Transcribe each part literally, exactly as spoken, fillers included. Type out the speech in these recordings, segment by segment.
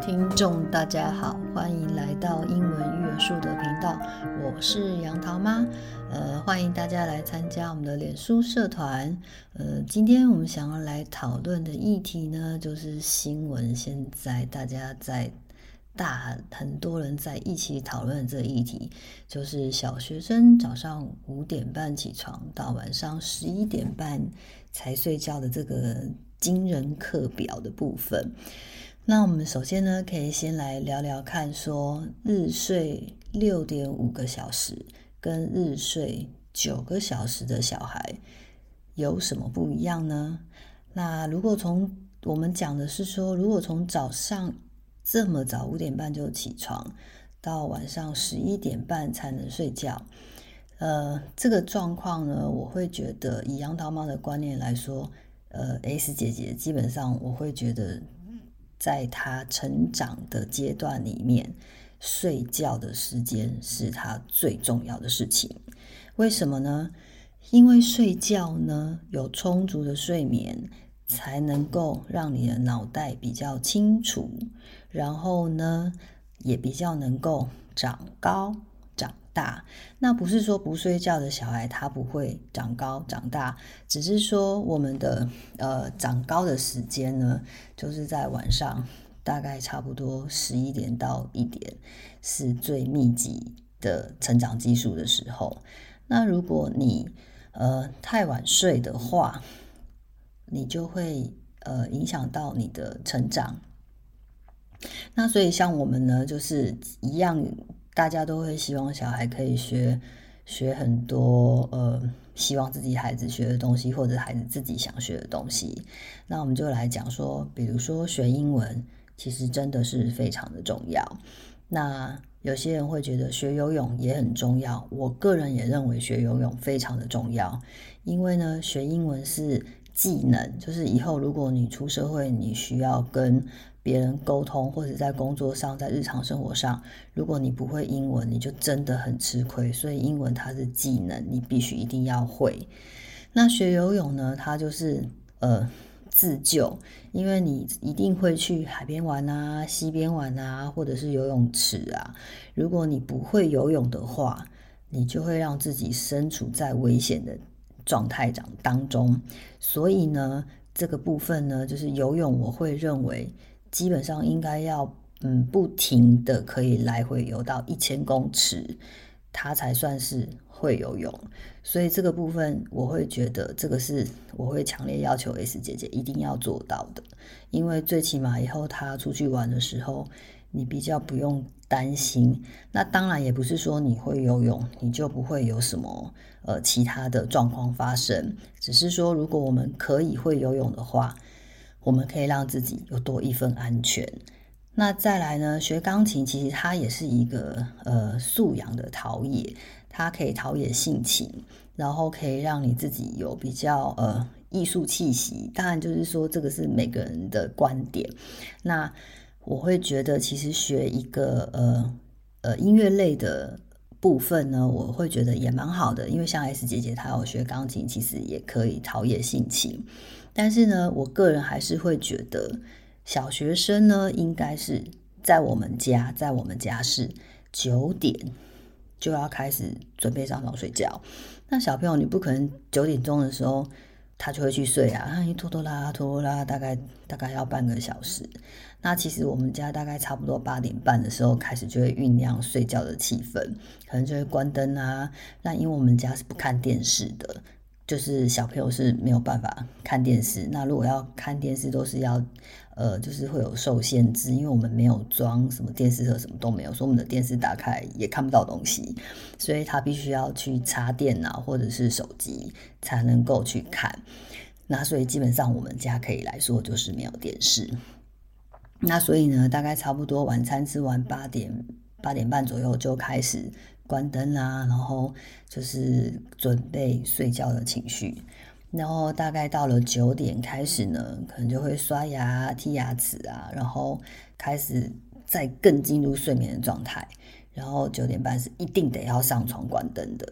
听众大家好，欢迎来到英文育儿树的频道，我是杨桃妈。呃，欢迎大家来参加我们的脸书社团。呃，今天我们想要来讨论的议题呢，就是新闻现在大家在大很多人在一起讨论的这个议题，就是小学生早上五点半起床到晚上十一点半才睡觉的这个惊人课表的部分。那我们首先呢，可以先来聊聊看说日睡六点五个小时跟日睡九个小时的小孩有什么不一样呢？那如果从我们讲的是说，如果从早上这么早五点半就起床，到晚上十一点半才能睡觉，呃，这个状况呢，我会觉得以杨桃妈的观念来说，呃 S 姐姐基本上我会觉得，在她成长的阶段里面，睡觉的时间是她最重要的事情。为什么呢？因为睡觉呢，有充足的睡眠，才能够让你的脑袋比较清楚，然后呢，也比较能够长高长大。那不是说不睡觉的小孩他不会长高长大，只是说我们的呃长高的时间呢，就是在晚上大概差不多十一点到一点是最密集的成长激素的时候。那如果你呃太晚睡的话，你就会呃影响到你的成长。那所以像我们呢，就是一样，大家都会希望小孩可以学学很多呃希望自己孩子学的东西，或者孩子自己想学的东西。那我们就来讲说，比如说学英文其实真的是非常的重要。那有些人会觉得学游泳也很重要，我个人也认为学游泳非常的重要。因为呢，学英文是技能，就是以后如果你出社会，你需要跟别人沟通，或者在工作上，在日常生活上，如果你不会英文，你就真的很吃亏。所以英文它是技能，你必须一定要会。那学游泳呢，它就是呃自救，因为你一定会去海边玩啊、溪边玩啊，或者是游泳池啊。如果你不会游泳的话，你就会让自己身处在危险的状态当中。所以呢，这个部分呢，就是游泳，我会认为基本上应该要嗯不停的可以来回游到一千公尺，它才算是会游泳。所以这个部分我会觉得这个是我会强烈要求 S 姐姐一定要做到的，因为最起码以后她出去玩的时候，你比较不用担心。那当然也不是说你会游泳你就不会有什么呃其他的状况发生，只是说如果我们可以会游泳的话，我们可以让自己有多一份安全。那再来呢，学钢琴其实它也是一个呃素养的陶冶，它可以陶冶性情，然后可以让你自己有比较呃艺术气息。当然就是说这个是每个人的观点。那我会觉得其实学一个呃呃音乐类的部分呢，我会觉得也蛮好的，因为像 S 姐姐她有学钢琴，其实也可以陶冶性情。但是呢，我个人还是会觉得小学生呢，应该是在我们家，在我们家是九点就要开始准备上床睡觉。那小朋友你不可能九点钟的时候他就会去睡啊，他一拖拖拉拉拖拖拉拉，大概大概要半个小时。那其实我们家大概差不多八点半的时候开始就会酝酿睡觉的气氛，可能就会关灯啊。那因为我们家是不看电视的，就是小朋友是没有办法看电视。那如果要看电视都是要呃，就是会有受限制，因为我们没有装什么电视盒，什么都没有，所以我们的电视打开也看不到东西，所以他必须要去插电脑或者是手机才能够去看。那所以基本上我们家可以来说就是没有电视。那所以呢，大概差不多晚餐吃完八点八点半左右就开始关灯啦，然后就是准备睡觉的情绪。然后大概到了九点开始呢，可能就会刷牙、剔牙齿啊，然后开始再更进入睡眠的状态。然后九点半是一定得要上床关灯的。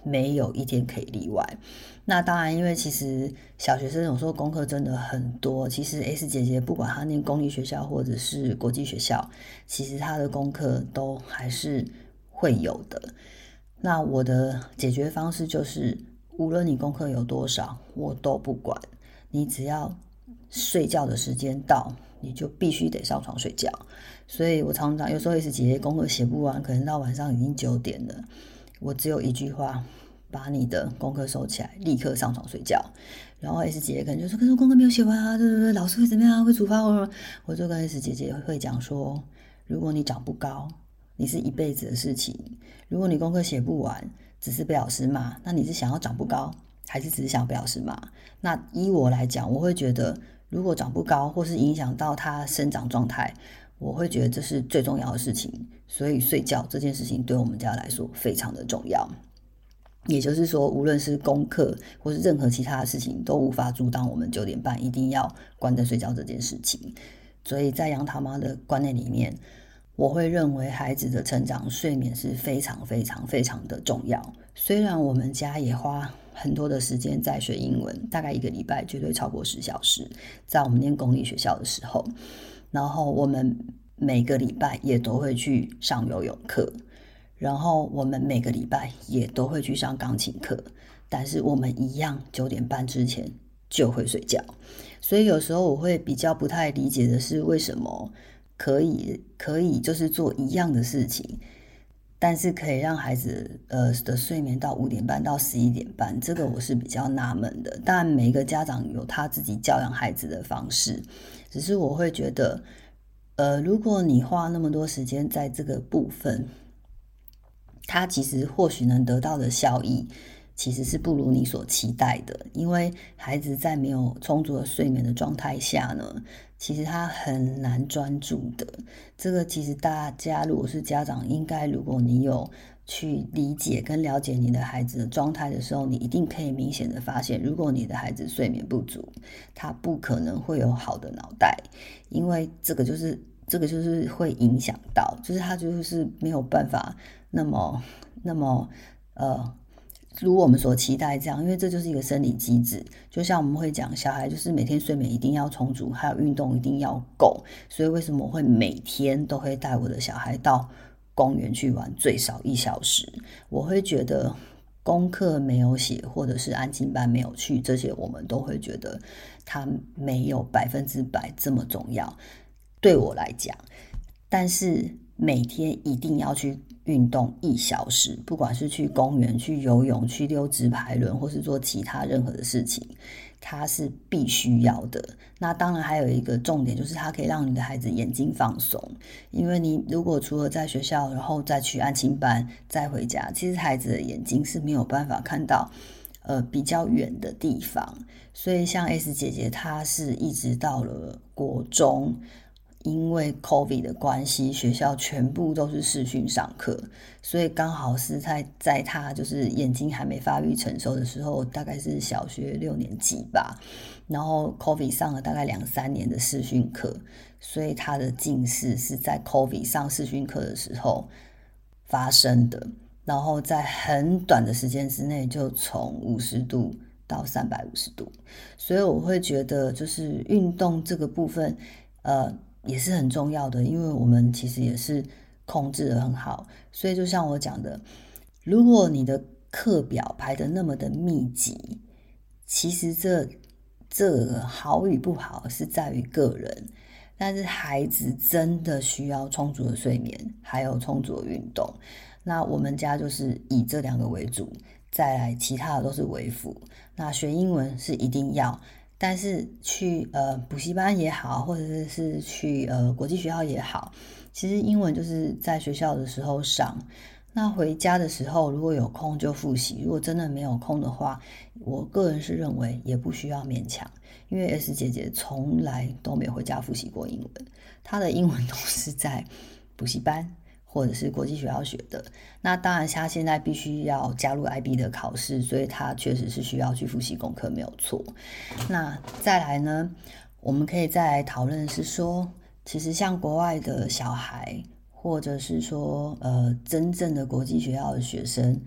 没有一天可以例外。那当然，因为其实小学生有时候功课真的很多，其实 S 姐姐不管她念公立学校或者是国际学校，其实她的功课都还是会有的。那我的解决方式就是，无论你功课有多少，我都不管，你只要睡觉的时间到，你就必须得上床睡觉。所以我常常有时候 S 姐姐功课写不完，可能到晚上已经九点了，我只有一句话，把你的功课收起来，立刻上床睡觉。然后 S 姐姐可能就说，可是功课没有写完啊，对对对，老师会怎么样，会处罚我。我就跟 S 姐姐会讲说，如果你长不高，你是一辈子的事情。如果你功课写不完，只是被老师骂，那你是想要长不高，还是只是想被老师骂？那依我来讲，我会觉得，如果长不高，或是影响到他生长状态，我会觉得这是最重要的事情。所以睡觉这件事情对我们家来说非常的重要。也就是说，无论是功课或是任何其他的事情，都无法阻挡我们九点半一定要关灯睡觉这件事情。所以在杨桃妈的观念里面，我会认为孩子的成长睡眠是非常非常非常的重要。虽然我们家也花很多的时间在学英文，大概一个礼拜绝对超过十小时，在我们念公立学校的时候，然后我们每个礼拜也都会去上游泳课，然后我们每个礼拜也都会去上钢琴课，但是我们一样九点半之前就会睡觉。所以有时候我会比较不太理解的是，为什么可以可以就是做一样的事情，但是可以让孩子呃的睡眠到五点半到十一点半，这个我是比较纳闷的。当然每一个家长有他自己教养孩子的方式，只是我会觉得呃如果你花那么多时间在这个部分，他其实或许能得到的效益其实是不如你所期待的。因为孩子在没有充足的睡眠的状态下呢，其实他很难专注的。这个其实大家如果是家长，应该如果你有去理解跟了解你的孩子的状态的时候，你一定可以明显的发现，如果你的孩子睡眠不足，他不可能会有好的脑袋。因为这个就是这个就是会影响到，就是他就是没有办法那么那么呃如我们所期待这样。因为这就是一个生理机制，就像我们会讲小孩就是每天睡眠一定要充足，还有运动一定要够。所以为什么我会每天都会带我的小孩到公园去玩最少一小时。我会觉得功课没有写或者是安静班没有去，这些我们都会觉得他没有百分之百这么重要对我来讲。但是每天一定要去运动一小时，不管是去公园、去游泳、去溜直排轮，或是做其他任何的事情，它是必须要的。那当然还有一个重点，就是它可以让你的孩子眼睛放松。因为你如果除了在学校，然后再去安亲班，再回家，其实孩子的眼睛是没有办法看到呃比较远的地方。所以像 S 姐姐，她是一直到了国中，因为 COVID 的关系，学校全部都是视讯上课，所以刚好是在在他就是眼睛还没发育成熟的时候，大概是小学六年级吧，然后 COVID 上了大概两三年的视讯课，所以他的近视是在 COVID 上视讯课的时候发生的，然后在很短的时间之内就从五十度到三百五十度。所以我会觉得就是运动这个部分呃也是很重要的，因为我们其实也是控制得很好。所以就像我讲的，如果你的课表排得那么的密集，其实这这好与不好是在于个人，但是孩子真的需要充足的睡眠，还有充足的运动。那我们家就是以这两个为主，再来其他的都是为辅。那学英文是一定要，但是去呃补习班也好，或者是是去呃国际学校也好，其实英文就是在学校的时候上，那回家的时候如果有空就复习，如果真的没有空的话，我个人是认为也不需要勉强。因为 S 姐姐从来都没有回家复习过英文，她的英文都是在补习班或者是国际学校学的。那当然他现在必须要加入 I B 的考试，所以他确实是需要去复习功课，没有错。那再来呢，我们可以再来讨论是说，其实像国外的小孩，或者是说呃真正的国际学校的学生，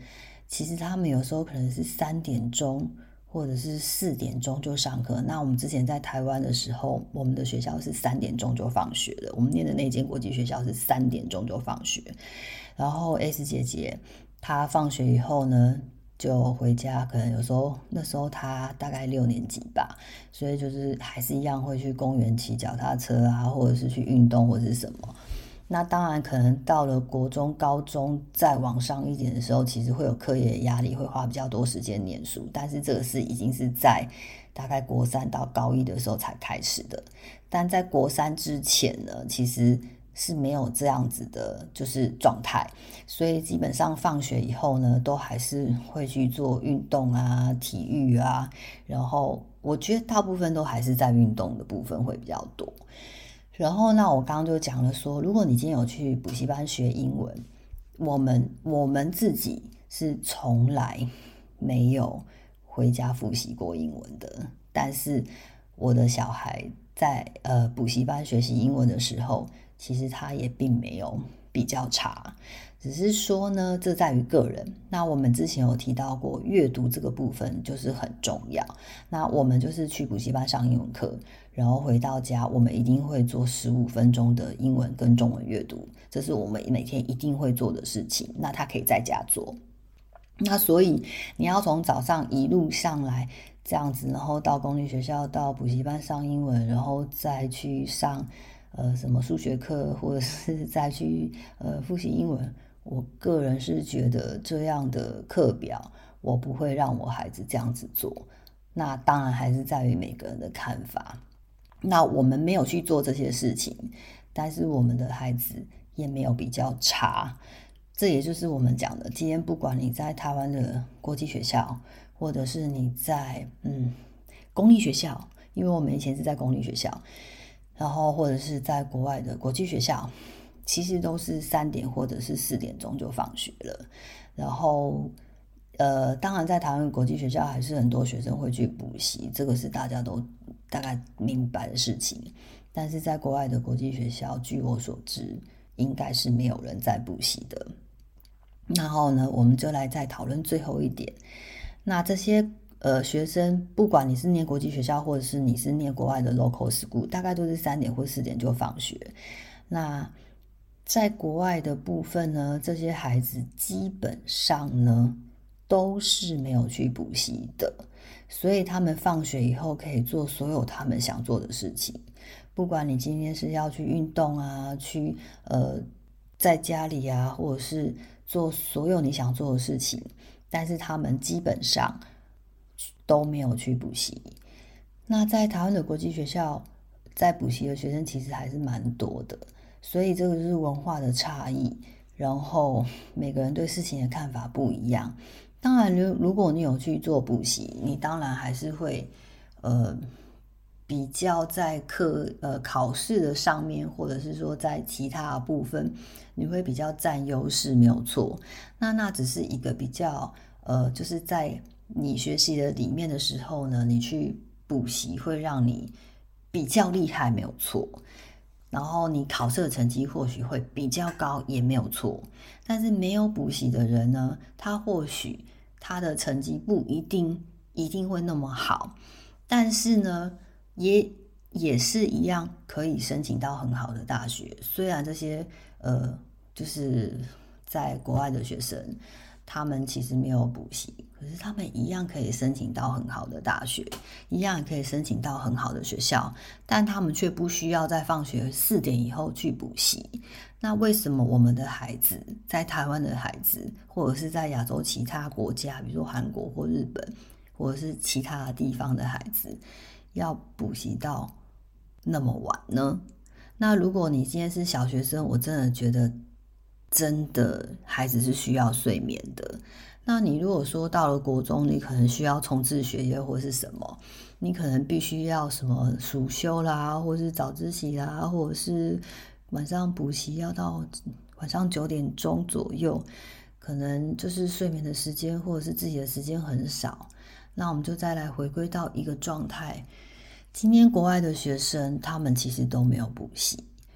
其实他们有时候可能是三点钟或者是四点钟就上课。那我们之前在台湾的时候，我们的学校是三点钟就放学了，我们念的那间国际学校是三点钟就放学。然后 S 姐姐她放学以后呢就回家，可能有时候那时候她大概六年级吧，所以就是还是一样会去公园骑脚踏车啊，或者是去运动或者是什么。那当然可能到了国中高中再往上一点的时候，其实会有课业压力，会花比较多时间念书，但是这个是已经是在大概国三到高一的时候才开始的。但在国三之前呢，其实是没有这样子的就是状态，所以基本上放学以后呢都还是会去做运动啊，体育啊，然后我觉得大部分都还是在运动的部分会比较多。然后那我刚刚就讲了说，如果你今天有去补习班学英文，我们我们自己是从来没有回家复习过英文的，但是我的小孩在呃补习班学习英文的时候，其实他也并没有比较差，只是说呢这在于个人。那我们之前有提到过阅读这个部分就是很重要，那我们就是去补习班上英文课，然后回到家我们一定会做十五分钟的英文跟中文阅读，这是我们每天一定会做的事情，那他可以在家做。那所以你要从早上一路上来这样子，然后到公立学校到补习班上英文，然后再去上呃什么数学课，或者是再去呃复习英文，我个人是觉得这样的课表我不会让我孩子这样子做。那当然还是在于每个人的看法。那我们没有去做这些事情，但是我们的孩子也没有比较差。这也就是我们讲的，今天不管你在台湾的国际学校，或者是你在嗯公立学校，因为我们以前是在公立学校，然后或者是在国外的国际学校，其实都是三点或者是四点钟就放学了。然后呃，当然在台湾国际学校还是很多学生会去补习，这个是大家都大概明白的事情。但是在国外的国际学校，据我所知，应该是没有人在补习的。然后呢，我们就来再讨论最后一点。那这些呃学生，不管你是念国际学校，或者是你是念国外的 local school，大概都是三点或四点就放学。那在国外的部分呢，这些孩子基本上呢都是没有去补习的，所以他们放学以后可以做所有他们想做的事情。不管你今天是要去运动啊，去呃在家里啊，或者是做所有你想做的事情，但是他们基本上都没有去补习。那在台湾的国际学校，在补习的学生其实还是蛮多的，所以这个就是文化的差异，然后每个人对事情的看法不一样。当然如果你有去做补习，你当然还是会呃比较在课呃考试的上面，或者是说在其他的部分，你会比较占优势，没有错。那那只是一个比较呃，就是在你学习的里面的时候呢，你去补习会让你比较厉害，没有错。然后你考试的成绩或许会比较高，也没有错。但是没有补习的人呢，他或许他的成绩不一定一定会那么好，但是呢也也是一样可以申请到很好的大学。虽然这些呃就是在国外的学生他们其实没有补习，可是他们一样可以申请到很好的大学，一样可以申请到很好的学校，但他们却不需要在放学四点以后去补习。那为什么我们的孩子，在台湾的孩子，或者是在亚洲其他国家，比如说韩国或日本，或者是其他的地方的孩子，要补习到那么晚呢？那如果你今天是小学生，我真的觉得真的孩子是需要睡眠的。那你如果说到了国中，你可能需要冲刺学业或是什么，你可能必须要什么暑修啦，或是早自习啦，或者是晚上补习要到晚上九点钟左右，可能就是睡眠的时间或者是自己的时间很少。那我们就再来回归到一个状态，今天国外的学生他们其实都没有补习，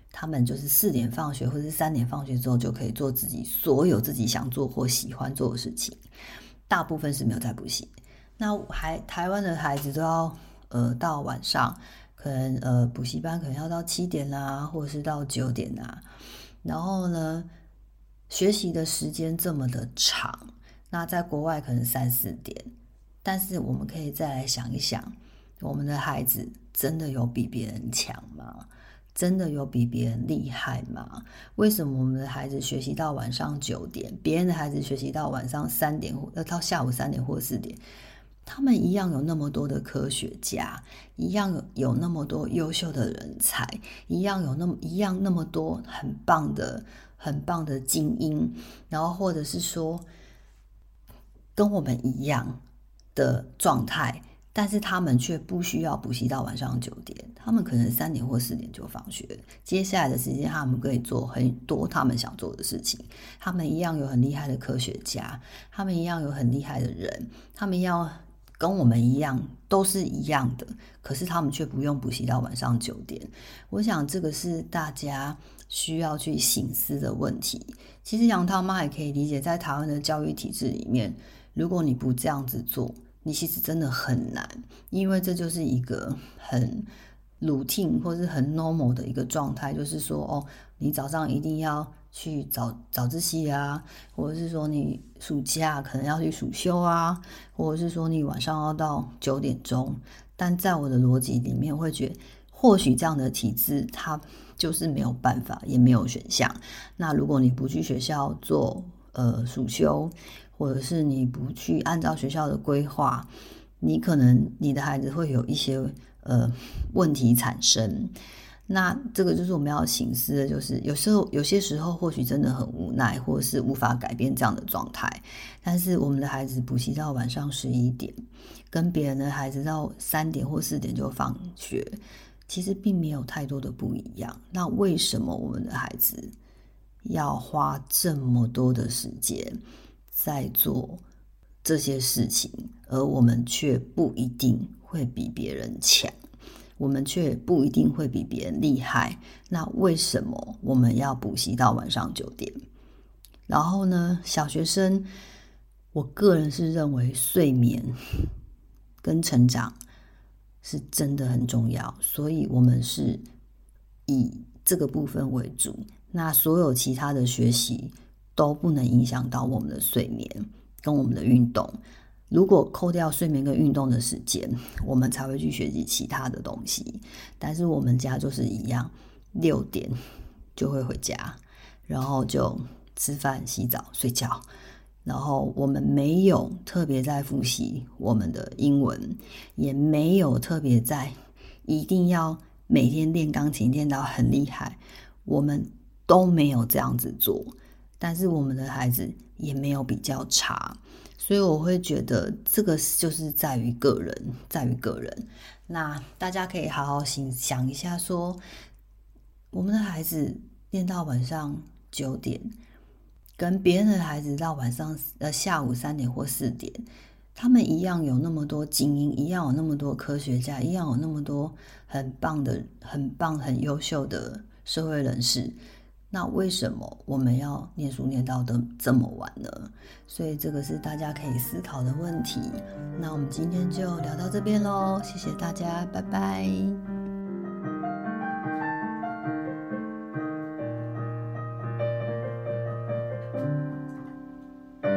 他们就是四点放学或是三点放学之后就可以做自己所有自己想做或喜欢做的事情，大部分是没有在补习。那还台湾的孩子都要呃到晚上，可能呃补习班可能要到七点啦，或者是到九点啊，然后呢学习的时间这么的长，那在国外可能三四点，但是我们可以再来想一想，我们的孩子真的有比别人强吗？真的有比别人厉害吗？为什么我们的孩子学习到晚上九点，别人的孩子学习到晚上三点，呃，到下午三点或四点？他们一样有那么多的科学家，一样有那么多优秀的人才，一样有那么一样那么多很棒的、很棒的精英，然后或者是说跟我们一样的状态。但是他们却不需要补习到晚上九点，他们可能三点或四点就放学，接下来的时间他们可以做很多他们想做的事情。他们一样有很厉害的科学家，他们一样有很厉害的人，他们一样跟我们一样都是一样的，可是他们却不用补习到晚上九点。我想这个是大家需要去省思的问题。其实杨涛妈也可以理解，在台湾的教育体制里面，如果你不这样子做，你其实真的很难，因为这就是一个很 routine 或是很 normal 的一个状态，就是说哦，你早上一定要去早早自习啊，或者是说你暑假可能要去暑修啊，或者是说你晚上要到九点钟。但在我的逻辑里面，我会觉得或许这样的体制它就是没有办法，也没有选项。那如果你不去学校做呃暑修，或者是你不去按照学校的规划，你可能你的孩子会有一些呃问题产生。那这个就是我们要省思的，就是有时候有些时候或许真的很无奈，或者是无法改变这样的状态。但是我们的孩子补习到晚上十一点，跟别人的孩子到三点或四点就放学，其实并没有太多的不一样。那为什么我们的孩子要花这么多的时间在做这些事情，而我们却不一定会比别人强，我们却不一定会比别人厉害？那为什么我们要补习到晚上九点？然后呢，小学生，我个人是认为睡眠跟成长是真的很重要，所以我们是以这个部分为主。那所有其他的学习都不能影响到我们的睡眠跟我们的运动。如果扣掉睡眠跟运动的时间，我们才会去学习其他的东西。但是我们家就是一样，六点就会回家，然后就吃饭、洗澡、睡觉。然后我们没有特别在复习我们的英文，也没有特别在一定要每天练钢琴练到很厉害，我们都没有这样子做。但是我们的孩子也没有比较差，所以我会觉得这个就是在于个人，在于个人。那大家可以好好想一下说，我们的孩子练到晚上九点，跟别人的孩子到晚上呃下午三点或四点，他们一样有那么多精英，一样有那么多科学家，一样有那么多很棒的、很棒、很优秀的社会人士。那为什么我们要念书念到的这么晚呢？所以这个是大家可以思考的问题。那我们今天就聊到这边咯，谢谢大家，拜拜。